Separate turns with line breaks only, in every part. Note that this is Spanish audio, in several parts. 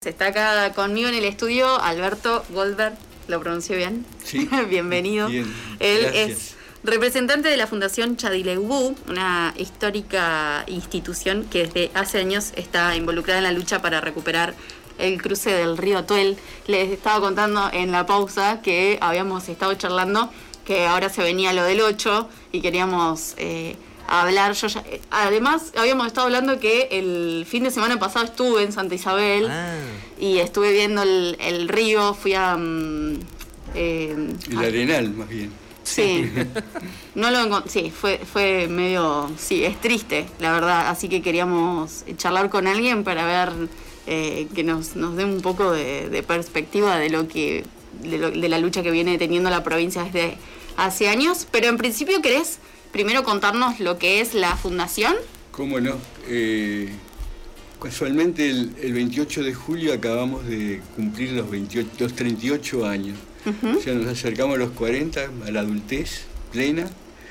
Está acá conmigo en el estudio Alberto Goldberg, ¿lo pronunció bien?
Sí.
Bienvenido.
Bien,
Él
gracias.
es representante de la Fundación Chadileubú, una histórica institución que desde hace años está involucrada en la lucha para recuperar el cruce del río Atuel. Les estaba contando en la pausa que habíamos estado charlando que ahora se venía lo del 8 y queríamos hablar. Además, habíamos estado hablando que el fin de semana pasado estuve en Santa Isabel y estuve viendo el río, fui a...
el Arenal, más bien.
Sí, no lo encontré, sí, fue medio, sí, es triste, la verdad, así que queríamos charlar con alguien para ver que nos dé un poco de perspectiva de de la lucha que viene teniendo la provincia desde hace años, pero en principio ¿querés primero contarnos lo que es la fundación?
¿Cómo no? Casualmente el 28 de julio acabamos de cumplir los 38 años. O sea, nos acercamos a los 40, a la adultez plena.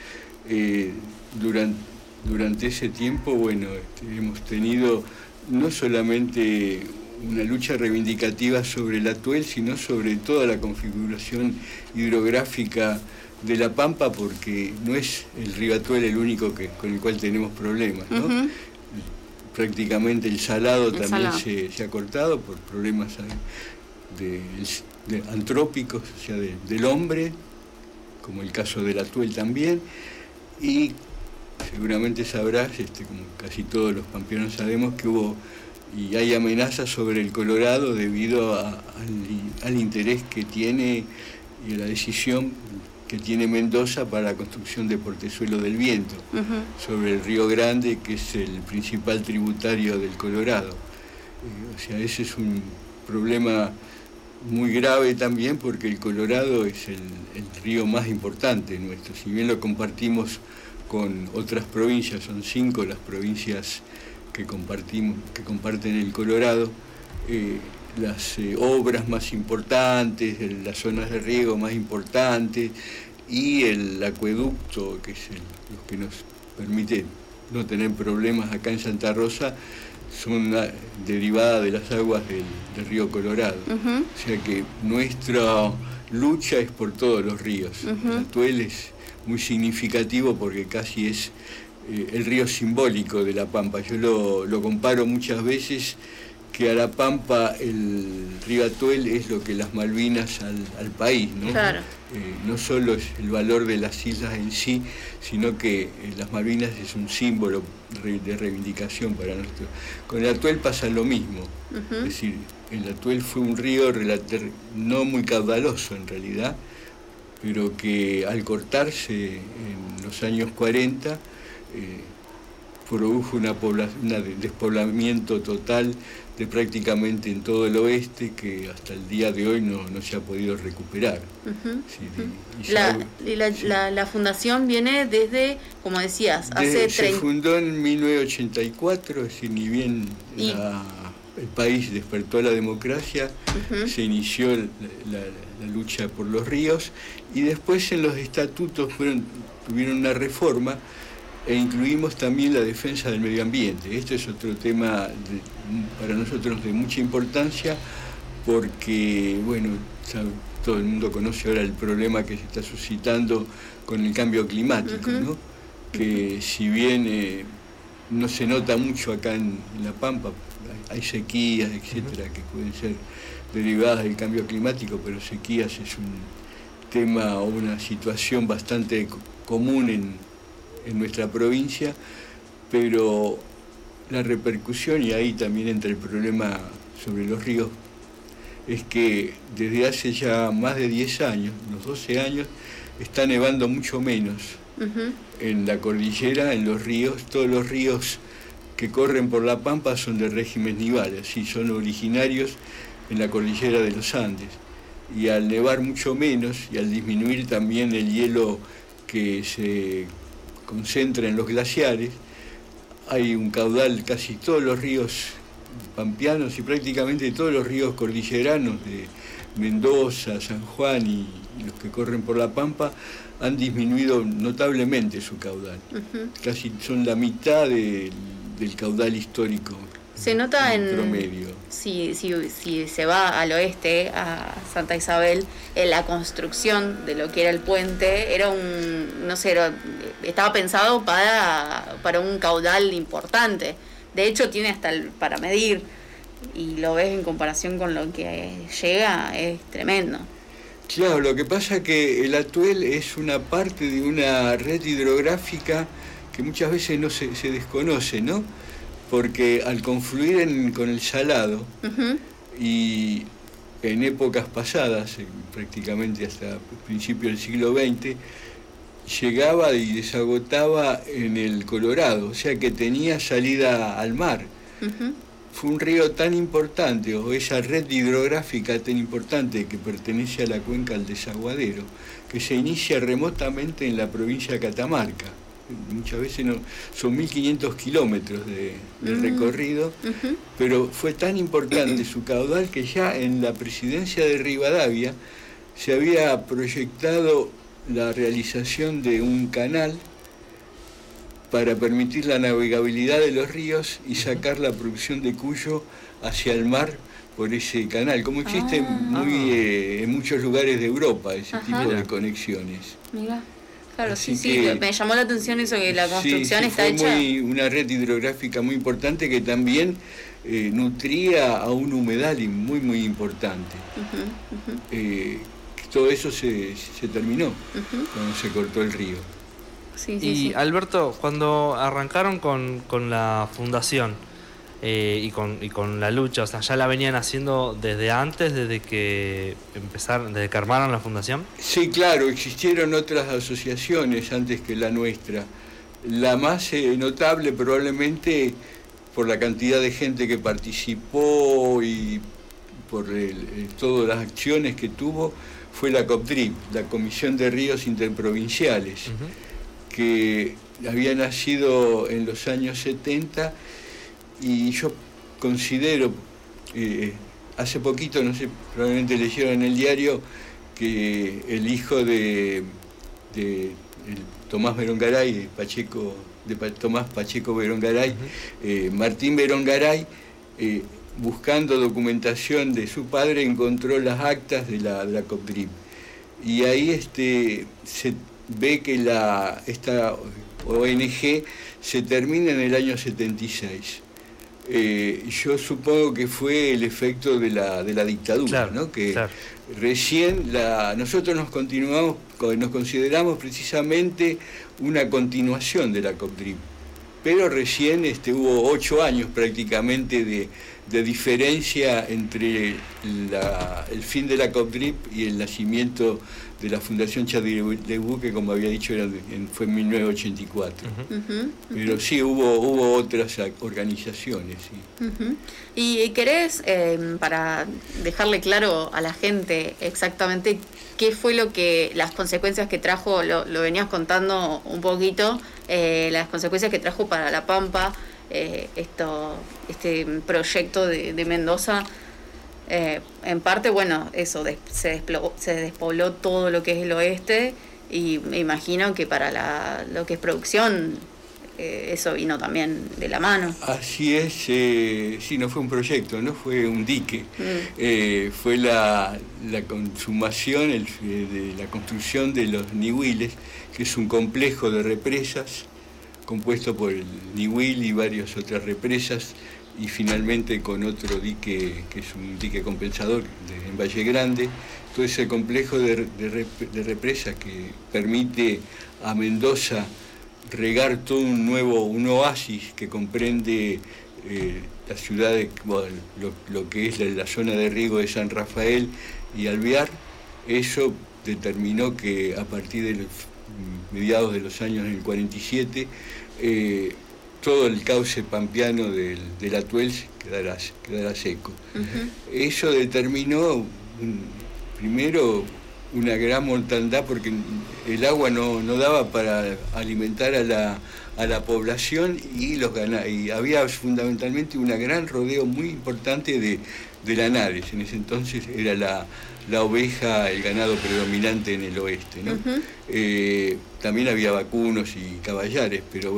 Durante ese tiempo, bueno, hemos tenido no solamente una lucha reivindicativa sobre el Atuel, sino sobre toda la configuración hidrográfica de la Pampa, porque no es el río Atuel el único con el cual tenemos problemas, ¿no? Prácticamente el salado también se ha cortado por problemas antrópicos, o sea, del hombre, como el caso del Atuel también, y seguramente sabrás, como casi todos los pampeanos sabemos, que hubo y hay amenazas sobre el Colorado debido al interés que tiene y a la decisión que tiene Mendoza para la construcción de Portezuelo del Viento, sobre el Río Grande, que es el principal tributario del Colorado. O sea, ese es un problema muy grave también, porque el Colorado es el río más importante nuestro. Si bien lo compartimos con otras provincias, son 5 las provincias que comparten el Colorado, las obras más importantes, las zonas de riego más importantes y el acueducto, que es lo que nos permite no tener problemas acá en Santa Rosa, son derivadas de las aguas del río Colorado. O sea que nuestra lucha es por todos los ríos. El Atuel es muy significativo porque casi es el río simbólico de la Pampa. Yo lo comparo muchas veces que a la Pampa el río Atuel es lo que las Malvinas al país, ¿no?
Claro.
No solo es el valor de las islas en sí, sino que las Malvinas es un símbolo de reivindicación para nosotros. Con el Atuel pasa lo mismo, es decir, el Atuel fue un río no muy caudaloso en realidad, pero que al cortarse en los años 40 produjo un despoblamiento total de prácticamente en todo el oeste, que hasta el día de hoy no se ha podido recuperar.
La fundación viene desde, como decías,
se fundó en 1984, es decir, ni bien el país despertó a la democracia, se inició la lucha por los ríos, y después en los estatutos tuvieron una reforma e incluimos también la defensa del medio ambiente. Este es otro tema para nosotros de mucha importancia, porque, bueno, todo el mundo conoce ahora el problema que se está suscitando con el cambio climático, ¿no? Que si bien no se nota mucho acá en La Pampa, hay sequías, etcétera, que pueden ser derivadas del cambio climático, pero sequías es un tema o una situación bastante común en nuestra provincia, pero la repercusión, y ahí también entra el problema sobre los ríos, es que desde hace ya más de 10 años, unos 12 años, está nevando mucho menos en la cordillera, en los ríos. Todos los ríos que corren por la Pampa son de régimen nival, así son originarios en la cordillera de los Andes. Y al nevar mucho menos y al disminuir también el hielo que se concentra en los glaciares, hay un caudal, casi todos los ríos pampeanos y prácticamente todos los ríos cordilleranos de Mendoza, San Juan y los que corren por la Pampa han disminuido notablemente su caudal. Casi son la mitad del caudal histórico
Se nota en
promedio.
Si se va al oeste, a Santa Isabel, en la construcción de lo que era el puente, era estaba pensado para un caudal importante. De hecho, tiene hasta para medir, y lo ves en comparación con lo que llega, es tremendo.
Claro, lo que pasa es que el Atuel es una parte de una red hidrográfica que muchas veces no se desconoce, ¿no? Porque al confluir con el Salado, y en épocas pasadas, prácticamente hasta principios del siglo XX, llegaba y desagotaba en el Colorado, o sea que tenía salida al mar. Fue un río tan importante, o esa red hidrográfica tan importante que pertenece a la cuenca del Desaguadero, que se inicia remotamente en la provincia de Catamarca. Muchas veces son 1.500 kilómetros de recorrido, pero fue tan importante su caudal que ya en la presidencia de Rivadavia se había proyectado la realización de un canal para permitir la navegabilidad de los ríos y sacar la producción de Cuyo hacia el mar por ese canal, como existe en muchos lugares de Europa, ese tipo de conexiones.
Mira. Claro, sí, me llamó la atención eso, que la construcción está hecha.
Una red hidrográfica muy importante que también nutría a un humedal muy, muy importante. Todo eso se terminó cuando se cortó el río.
Y Alberto, cuando arrancaron con la fundación y con la lucha, o sea, ¿ya la venían haciendo desde antes, desde que armaron la fundación?
Sí, claro, existieron otras asociaciones antes que la nuestra. La más notable probablemente por la cantidad de gente que participó y por todas las acciones que tuvo, fue la COPDRIP, la Comisión de Ríos Interprovinciales, que había nacido en los años 70. Y yo considero, hace poquito, no sé, probablemente leyeron en el diario, que el hijo de Tomás Berongaray, Tomás Pacheco Berongaray, Martín Berongaray, buscando documentación de su padre, encontró las actas de la COPDRIP. Y ahí se ve que esta ONG se termina en el año 76. Yo supongo que fue el efecto de la dictadura, ¿no? Que recién nosotros nos consideramos precisamente una continuación de la COPDRIP, pero recién hubo 8 años prácticamente de diferencia entre el fin de la COPDRIP y el nacimiento de la Fundación Chadileubú, que como había dicho fue en 1984. Pero sí, hubo otras organizaciones. Sí.
¿Y querés, para dejarle claro a la gente exactamente qué fue las consecuencias que trajo, lo venías contando un poquito, las consecuencias que trajo para La Pampa este proyecto de Mendoza? En parte, bueno, eso, se despobló todo lo que es el oeste, y me imagino que para lo que es producción, eso vino también de la mano.
Así es, sí, no fue un proyecto, no fue un dique, fue la consumación de la construcción de los Nihuiles, que es un complejo de represas compuesto por el Nihuil y varias otras represas, y finalmente con otro dique, que es un dique compensador en Valle Grande. Todo ese complejo de represas que permite a Mendoza regar todo un oasis que comprende la ciudad lo que es la zona de riego de San Rafael y Alvear. Eso determinó que a partir de mediados de los años del 47, todo el cauce pampeano del Atuel quedará seco. Eso determinó, primero, una gran mortandad, porque el agua no daba para alimentar a la población y había fundamentalmente un gran rodeo muy importante de lanares. En ese entonces era la oveja, el ganado predominante en el oeste, ¿no? También había vacunos y caballares, pero bueno,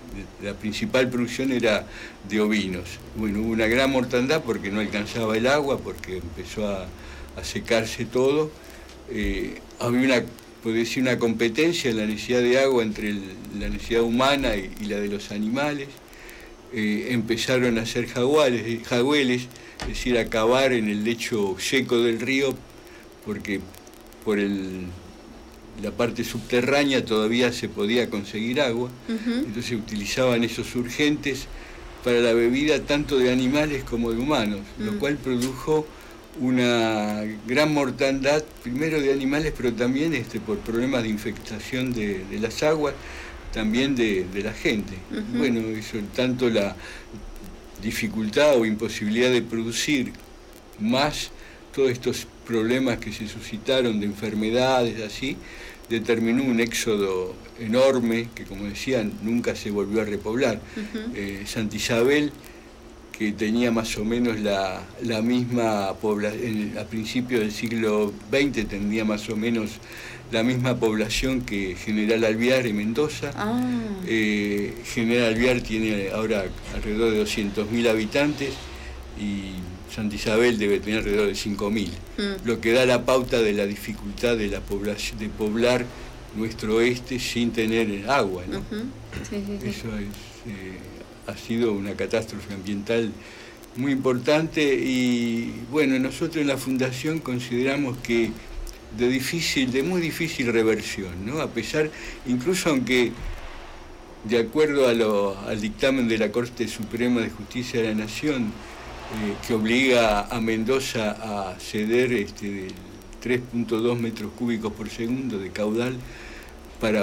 la principal producción era de ovinos. Bueno, hubo una gran mortandad porque no alcanzaba el agua, porque empezó a secarse todo. Había una competencia en la necesidad de agua entre la necesidad humana y la de los animales. Empezaron a hacer jagüeles, es decir, a cavar en el lecho seco del río, porque por la parte subterránea todavía se podía conseguir agua. Entonces utilizaban esos urgentes para la bebida tanto de animales como de humanos, lo cual produjo una gran mortandad, primero de animales, pero también por problemas de infectación de las aguas, también de la gente. Bueno, eso, tanto la dificultad o imposibilidad de producir, más todos estos problemas que se suscitaron de enfermedades, así, determinó un éxodo enorme que, como decían, nunca se volvió a repoblar. Santa Isabel, que tenía más o menos la misma población, a principios del siglo XX tenía más o menos la misma población que General Alvear y Mendoza. General Alvear tiene ahora alrededor de 200.000 habitantes y Santa Isabel debe tener alrededor de 5.000, lo que da la pauta de la dificultad de la población, de poblar nuestro oeste sin tener agua, ¿no? Eso ha sido una catástrofe ambiental muy importante y bueno, nosotros en la Fundación consideramos que de muy difícil reversión, ¿no? A pesar, incluso aunque de acuerdo al dictamen de la Corte Suprema de Justicia de la Nación, que obliga a Mendoza a ceder 3.2 metros cúbicos por segundo de caudal para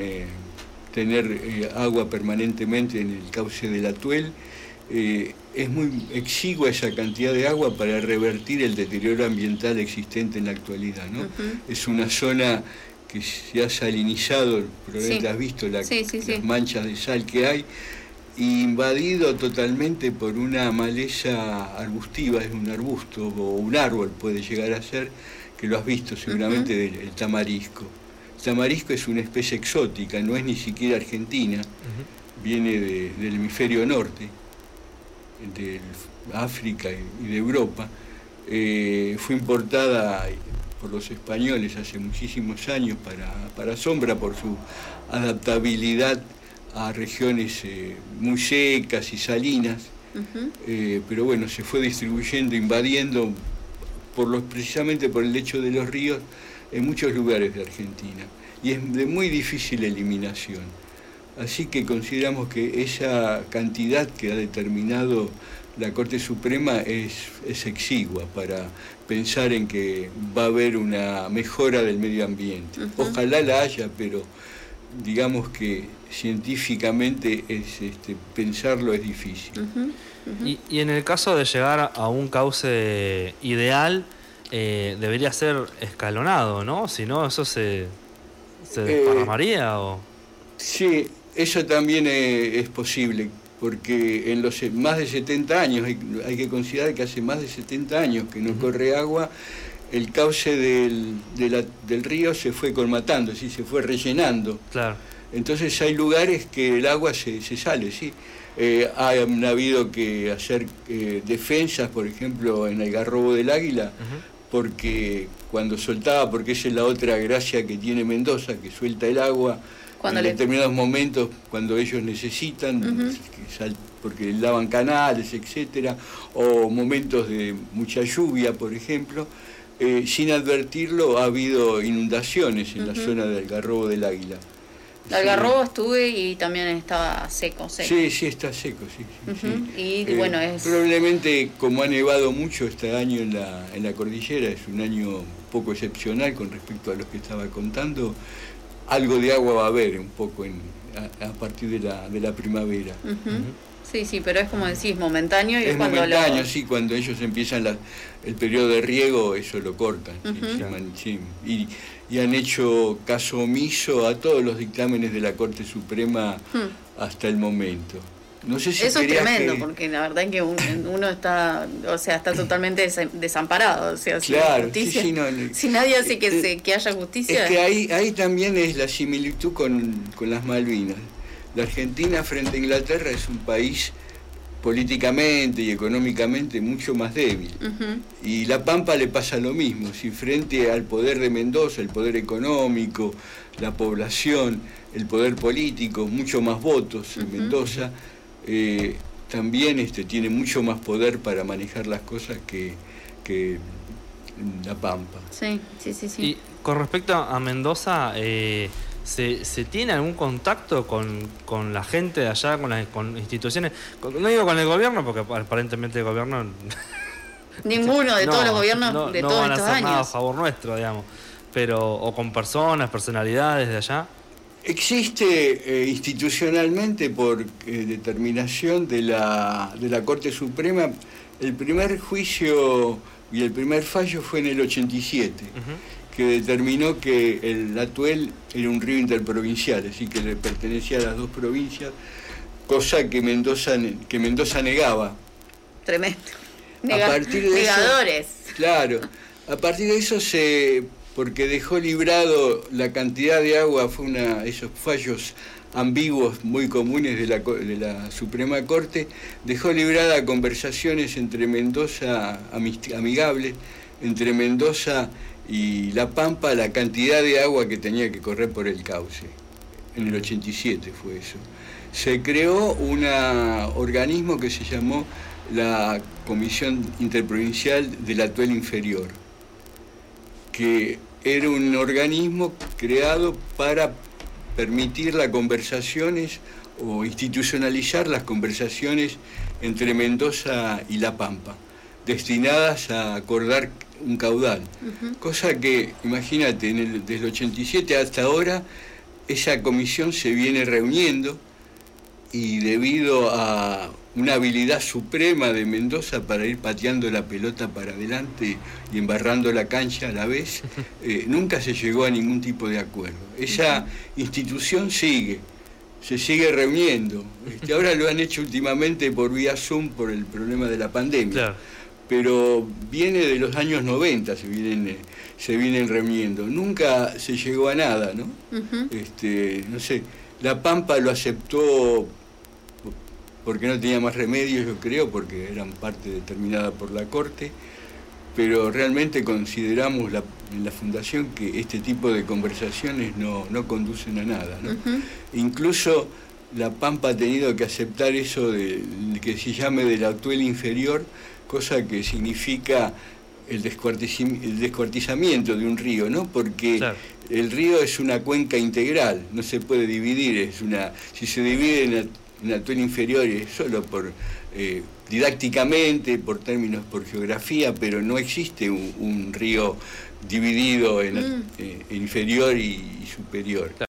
tener agua permanentemente en el cauce del Atuel. Es muy exigua esa cantidad de agua para revertir el deterioro ambiental existente en la actualidad, ¿no? Es una zona que se ha salinizado, probablemente has visto las manchas de sal que hay, invadido totalmente por una maleza arbustiva, es un arbusto o un árbol puede llegar a ser, que lo has visto seguramente, el tamarisco. El tamarisco es una especie exótica, no es ni siquiera argentina, viene del hemisferio norte, de África y de Europa. Fue importada por los españoles hace muchísimos años para sombra por su adaptabilidad a regiones muy secas y salinas, pero bueno, se fue distribuyendo, invadiendo precisamente por el lecho de los ríos en muchos lugares de Argentina, y es de muy difícil eliminación. Así que consideramos que esa cantidad que ha determinado la Corte Suprema es exigua para pensar en que va a haber una mejora del medio ambiente. Ojalá la haya, pero digamos que científicamente pensarlo es difícil.
Y en el caso de llegar a un cauce ideal, debería ser escalonado, ¿no? Si no, eso se desparramaría.
Sí, eso también es posible, porque en los más de 70 años, hay que considerar que hace más de 70 años que no corre agua, el cauce del río se fue colmatando, ¿sí? Se fue rellenando.
Claro.
Entonces hay lugares que el agua se sale, ¿sí? Han habido que hacer defensas, por ejemplo, en el Garrobo del Águila, porque cuando soltaba, porque esa es la otra gracia que tiene Mendoza, que suelta el agua en determinados momentos cuando ellos necesitan, porque lavan canales, etcétera, o momentos de mucha lluvia, por ejemplo. Sin advertirlo, ha habido inundaciones en la zona del Garrobo del Águila.
El Algarrobo estuve y también estaba seco.
Sí, está seco, sí.
Y bueno,
probablemente, como ha nevado mucho este año en la cordillera, es un año un poco excepcional con respecto a los que estaba contando, algo de agua va a haber un poco a partir de la primavera.
Sí, pero es como decís, momentáneo.
Es momentáneo, sí, cuando ellos empiezan el periodo de riego, eso lo cortan. Y han hecho caso omiso a todos los dictámenes de la Corte Suprema hasta el momento. No sé si
eso es tremendo, porque la verdad es que uno está totalmente desamparado.
Claro,
justicia, si nadie hace que haya justicia.
Es que ahí también es la similitud con las Malvinas. La Argentina frente a Inglaterra es un país políticamente y económicamente mucho más débil. Y La Pampa le pasa lo mismo. Si frente al poder de Mendoza, el poder económico, la población, el poder político, mucho más votos en Mendoza, también tiene mucho más poder para manejar las cosas que La Pampa.
Sí.
Y con respecto a Mendoza, ¿se tiene algún contacto con la gente de allá, con instituciones? No digo con el gobierno, porque aparentemente el gobierno...
Ninguno de todos los gobiernos de todos estos años. No van a hacer nada
a favor nuestro, digamos. Pero, o con personas, personalidades de allá.
Existe institucionalmente, por determinación de la Corte Suprema, el primer juicio y el primer fallo fue en el 87, que determinó que el Atuel era un río interprovincial, así que le pertenecía a las dos provincias, cosa que Mendoza negaba.
Tremendo.
A partir de
Negadores.
Eso, claro. A partir de eso porque dejó librado la cantidad de agua, esos fallos ambiguos muy comunes de la Suprema Corte, dejó librada conversaciones entre Mendoza, amigables, entre Mendoza y La Pampa, la cantidad de agua que tenía que correr por el cauce. En el 87 fue eso. Se creó un organismo que se llamó la Comisión Interprovincial del Atuel Inferior, que era un organismo creado para permitir las conversaciones o institucionalizar las conversaciones entre Mendoza y La Pampa, destinadas a acordar un caudal. Cosa que, imagínate, desde el 87 hasta ahora, esa comisión se viene reuniendo y debido a una habilidad suprema de Mendoza para ir pateando la pelota para adelante y embarrando la cancha a la vez, nunca se llegó a ningún tipo de acuerdo. Esa institución se sigue reuniendo. Ahora lo han hecho últimamente por vía Zoom por el problema de la pandemia. Claro. Pero viene de los años 90, se vienen reuniendo. Nunca se llegó a nada, ¿no? No sé, La Pampa lo aceptó porque no tenía más remedio, yo creo, porque eran parte determinada por la Corte, pero realmente consideramos en la Fundación que este tipo de conversaciones no conducen a nada, ¿no? Incluso La Pampa ha tenido que aceptar eso de que se llame del Atuel Inferior, cosa que significa el descuartizamiento de un río, ¿no? Porque claro, el río es una cuenca integral, no se puede dividir, si se divide en Atuel Inferior es solo por didácticamente, por términos, por geografía, pero no existe un río dividido en inferior y superior.